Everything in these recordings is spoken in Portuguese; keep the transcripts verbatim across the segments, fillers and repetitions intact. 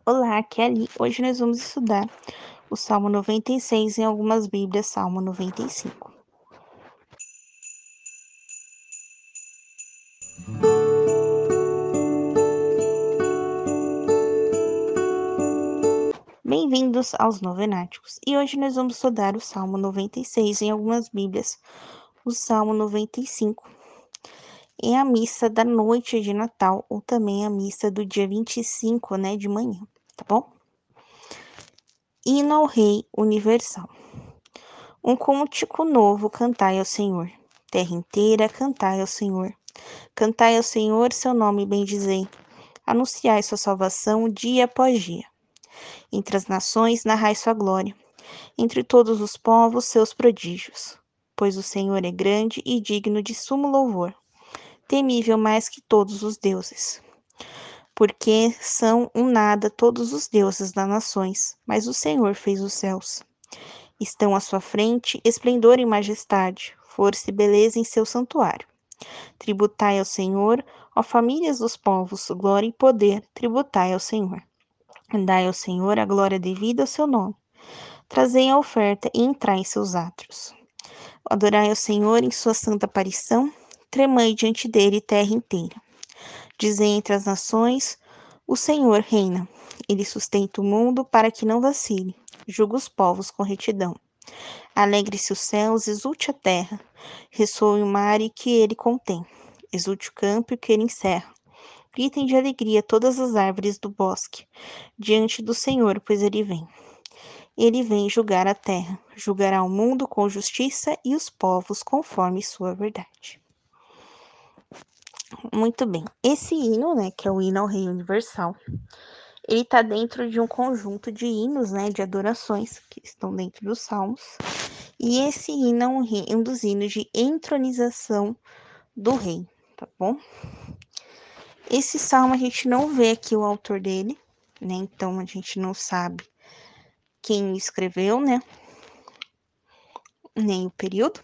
Olá, aqui é Ali. Hoje nós vamos estudar o Salmo noventa e seis, em algumas Bíblias, Salmo noventa e cinco. Bem-vindos aos Novenáticos. E hoje nós vamos estudar o Salmo noventa e seis, em algumas Bíblias, o Salmo noventa e cinco. É a missa da noite de Natal, ou também a missa do dia vinte e cinco, né, de manhã, tá bom? Hino ao Rei Universal. Um cântico novo cantai ao Senhor. Terra inteira, cantai ao Senhor. Cantai ao Senhor, seu nome bendizei. Anunciai sua salvação dia após dia. Entre as nações, narrai sua glória. Entre todos os povos, seus prodígios. Pois o Senhor é grande e digno de sumo louvor, temível mais que todos os deuses. Porque são um nada todos os deuses das nações, mas o Senhor fez os céus. Estão à sua frente esplendor e majestade, força e beleza em seu santuário. Tributai ao Senhor, ó famílias dos povos, glória e poder, tributai ao Senhor. Dai ao Senhor a glória devida ao seu nome. Trazei a oferta e entrai em seus átrios. Adorai ao Senhor em sua santa aparição, tremai diante dele terra inteira. Dizei entre as nações, o Senhor reina. Ele sustenta o mundo para que não vacile, julga os povos com retidão. Alegre-se os céus, exulte a terra, ressoe o mar e que ele contém. Exulte o campo e o que ele encerra. Gritem de alegria todas as árvores do bosque, diante do Senhor, pois ele vem. Ele vem julgar a terra, julgará o mundo com justiça e os povos conforme sua verdade. Muito bem, esse hino, né, que é o hino ao Rei Universal, ele está dentro de um conjunto de hinos, né, de adorações que estão dentro dos Salmos, e esse hino é um, um dos hinos de entronização do rei, tá bom? Esse salmo a gente não vê aqui o autor dele, né? Então a gente não sabe quem o escreveu, né? Nem o período.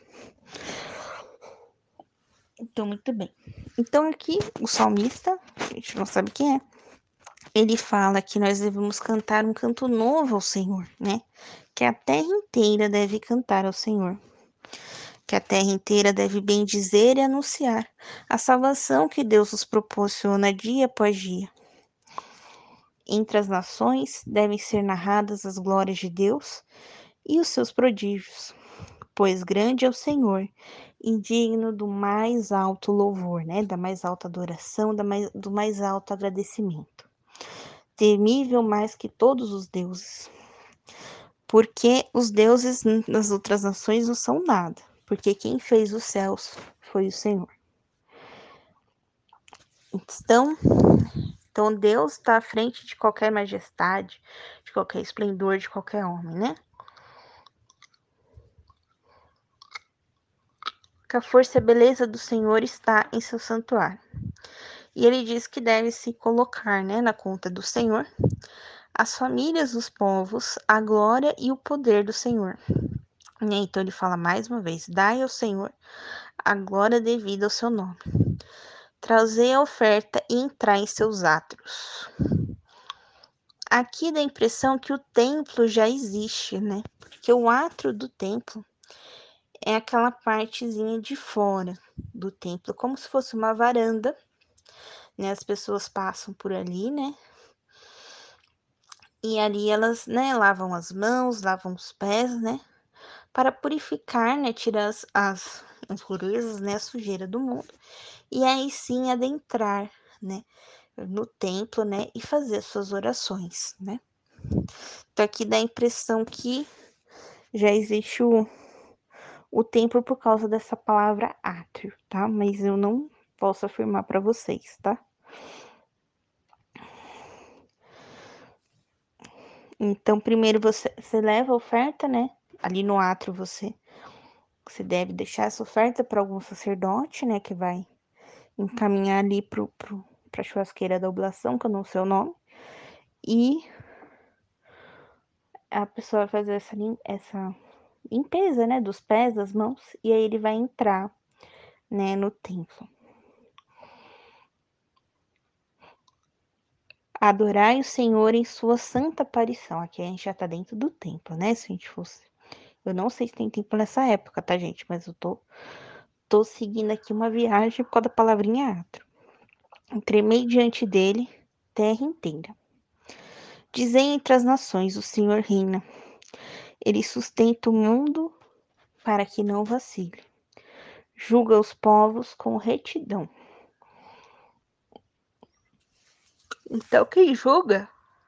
Então, muito bem. Então aqui o salmista, a gente não sabe quem é, ele fala que nós devemos cantar um canto novo ao Senhor, né? Que a terra inteira deve cantar ao Senhor. Que a terra inteira deve bendizer e anunciar a salvação que Deus nos proporciona dia após dia. Entre as nações devem ser narradas as glórias de Deus e os seus prodígios, pois grande é o Senhor e digno do mais alto louvor, né? Da mais alta adoração, da mais, do mais alto agradecimento. Temível mais que todos os deuses. Porque os deuses das outras nações não são nada, porque quem fez os céus foi o Senhor. Então, então Deus está à frente de qualquer majestade, de qualquer esplendor, de qualquer homem, né? Que a força e a beleza do Senhor está em seu santuário. E ele diz que deve se colocar, né, na conta do Senhor as famílias dos povos, a glória e o poder do Senhor. Então ele fala mais uma vez: dai ao Senhor a glória devida ao seu nome. Trazei a oferta e entrai em seus átrios. Aqui dá a impressão que o templo já existe, né? Porque o átrio do templo é aquela partezinha de fora do templo, como se fosse uma varanda, né? As pessoas passam por ali, né? E ali elas, né, lavam as mãos, lavam os pés, né? Para purificar, né? Tirar as, as impurezas, né? A sujeira do mundo. E aí sim adentrar, né? No templo, né? E fazer suas orações, né? Então aqui dá a impressão que já existe o, o templo por causa dessa palavra átrio, tá? Mas eu não posso afirmar para vocês, tá? Então, primeiro você, você leva a oferta, né? Ali no átrio você, você deve deixar essa oferta para algum sacerdote, né? Que vai encaminhar ali pro, pro, pra churrasqueira da oblação, que eu não sei o nome. E a pessoa vai fazer essa, essa limpeza, né? Dos pés, das mãos. E aí ele vai entrar, né? No templo. Adorai o Senhor em sua santa aparição. Aqui a gente já tá dentro do templo, né? Se a gente fosse. Eu não sei se tem templo nessa época, tá, gente? Mas eu tô, tô seguindo aqui uma viagem por causa da palavrinha atro. Tremei diante dele, terra inteira. Dizei entre as nações, o Senhor reina. Ele sustenta o mundo para que não vacile. Julga os povos com retidão. Então, quem julga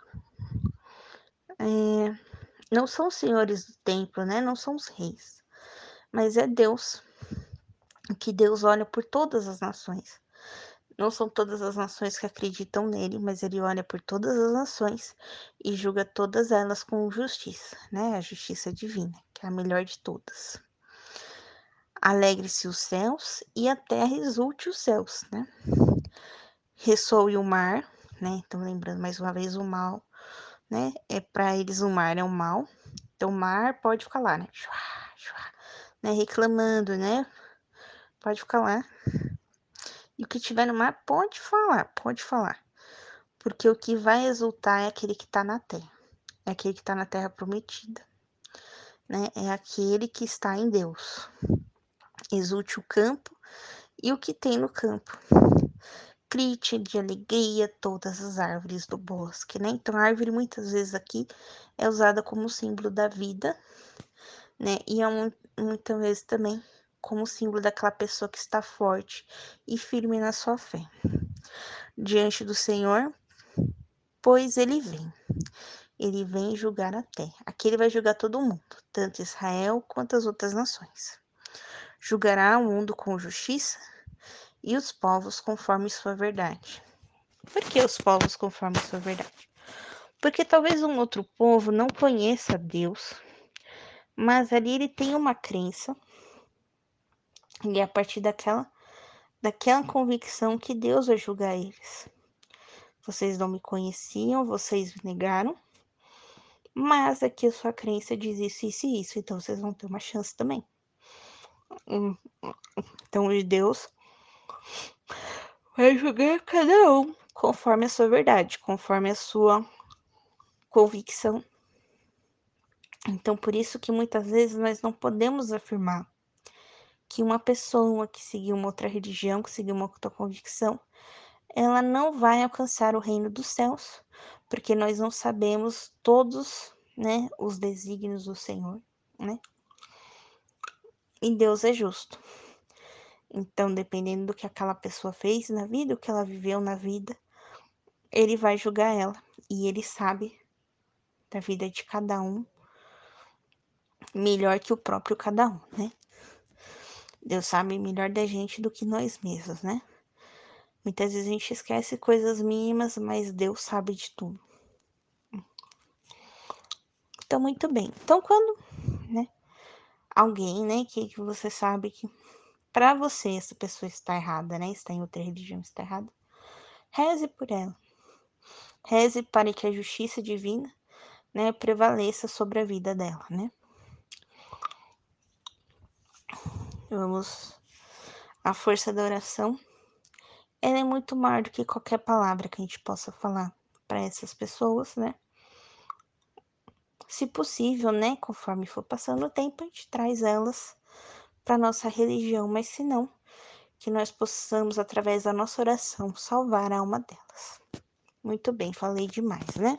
é, não são os senhores do templo, né? Não são os reis, mas é Deus, que Deus olha por todas as nações. Não são todas as nações que acreditam nele, mas ele olha por todas as nações e julga todas elas com justiça, né? A justiça divina, que é a melhor de todas. Alegre-se os céus e a terra exulte os céus, né? Ressoe o mar, né? Então, lembrando mais uma vez o mal, né? É para eles o mar é o mal. Então, o mar pode ficar lá, né? né? Reclamando, né? Pode ficar lá. E o que tiver no mar pode falar, pode falar. Porque o que vai exultar é aquele que está na terra. É aquele que está na terra prometida. Né? É aquele que está em Deus. Exulte o campo e o que tem no campo. Grite de alegria todas as árvores do bosque, né? Então, a árvore muitas vezes aqui é usada como símbolo da vida, né? E é um, muitas vezes também como símbolo daquela pessoa que está forte e firme na sua fé. Diante do Senhor, pois ele vem. Ele vem julgar a terra. Aqui ele vai julgar todo mundo, tanto Israel quanto as outras nações. Julgará o mundo com justiça e os povos conforme sua verdade. Por que os povos conforme sua verdade? Porque talvez um outro povo não conheça Deus, mas ali ele tem uma crença, e é a partir daquela, daquela convicção que Deus vai julgar eles. Vocês não me conheciam, vocês me negaram, mas aqui a sua crença diz isso, isso e isso, então vocês vão ter uma chance também. Então Deus vai julgar cada um conforme a sua verdade, conforme a sua convicção. Então, por isso que muitas vezes nós não podemos afirmar que uma pessoa que seguiu uma outra religião, que seguiu uma outra convicção, ela não vai alcançar o reino dos céus, porque nós não sabemos todos, né, os desígnios do Senhor, né? E Deus é justo. Então, dependendo do que aquela pessoa fez na vida, o que ela viveu na vida, ele vai julgar ela. E ele sabe da vida de cada um melhor que o próprio cada um, né? Deus sabe melhor da gente do que nós mesmos, né? Muitas vezes a gente esquece coisas mínimas, mas Deus sabe de tudo. Então, muito bem. Então, quando, né, alguém, né, que, que você sabe que para você essa pessoa está errada, né, está em outra religião, está errada, reze por ela. Reze para que a justiça divina, né, prevaleça sobre a vida dela, né? Vamos, a força da oração, ela é muito maior do que qualquer palavra que a gente possa falar para essas pessoas, né? Se possível, né, conforme for passando o tempo, a gente traz elas para nossa religião, mas se não, que nós possamos, através da nossa oração, salvar a alma delas. Muito bem, falei demais, né?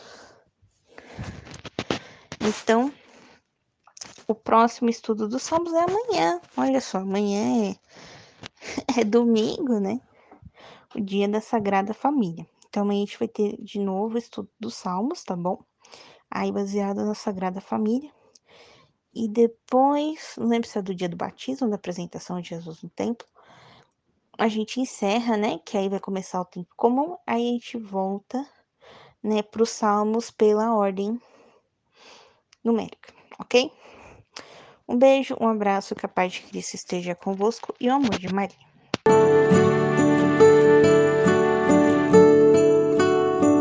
Então, o próximo estudo dos Salmos é amanhã. Olha só, amanhã é, é domingo, né? O dia da Sagrada Família. Então, amanhã a gente vai ter de novo o estudo dos Salmos, tá bom? Aí, baseado na Sagrada Família. E depois, não lembro se é do dia do batismo, da apresentação de Jesus no templo, a gente encerra, né? Que aí vai começar o tempo comum, aí a gente volta, né, para os salmos pela ordem numérica, ok? Um beijo, um abraço, que a paz de Cristo esteja convosco e o amor de Maria.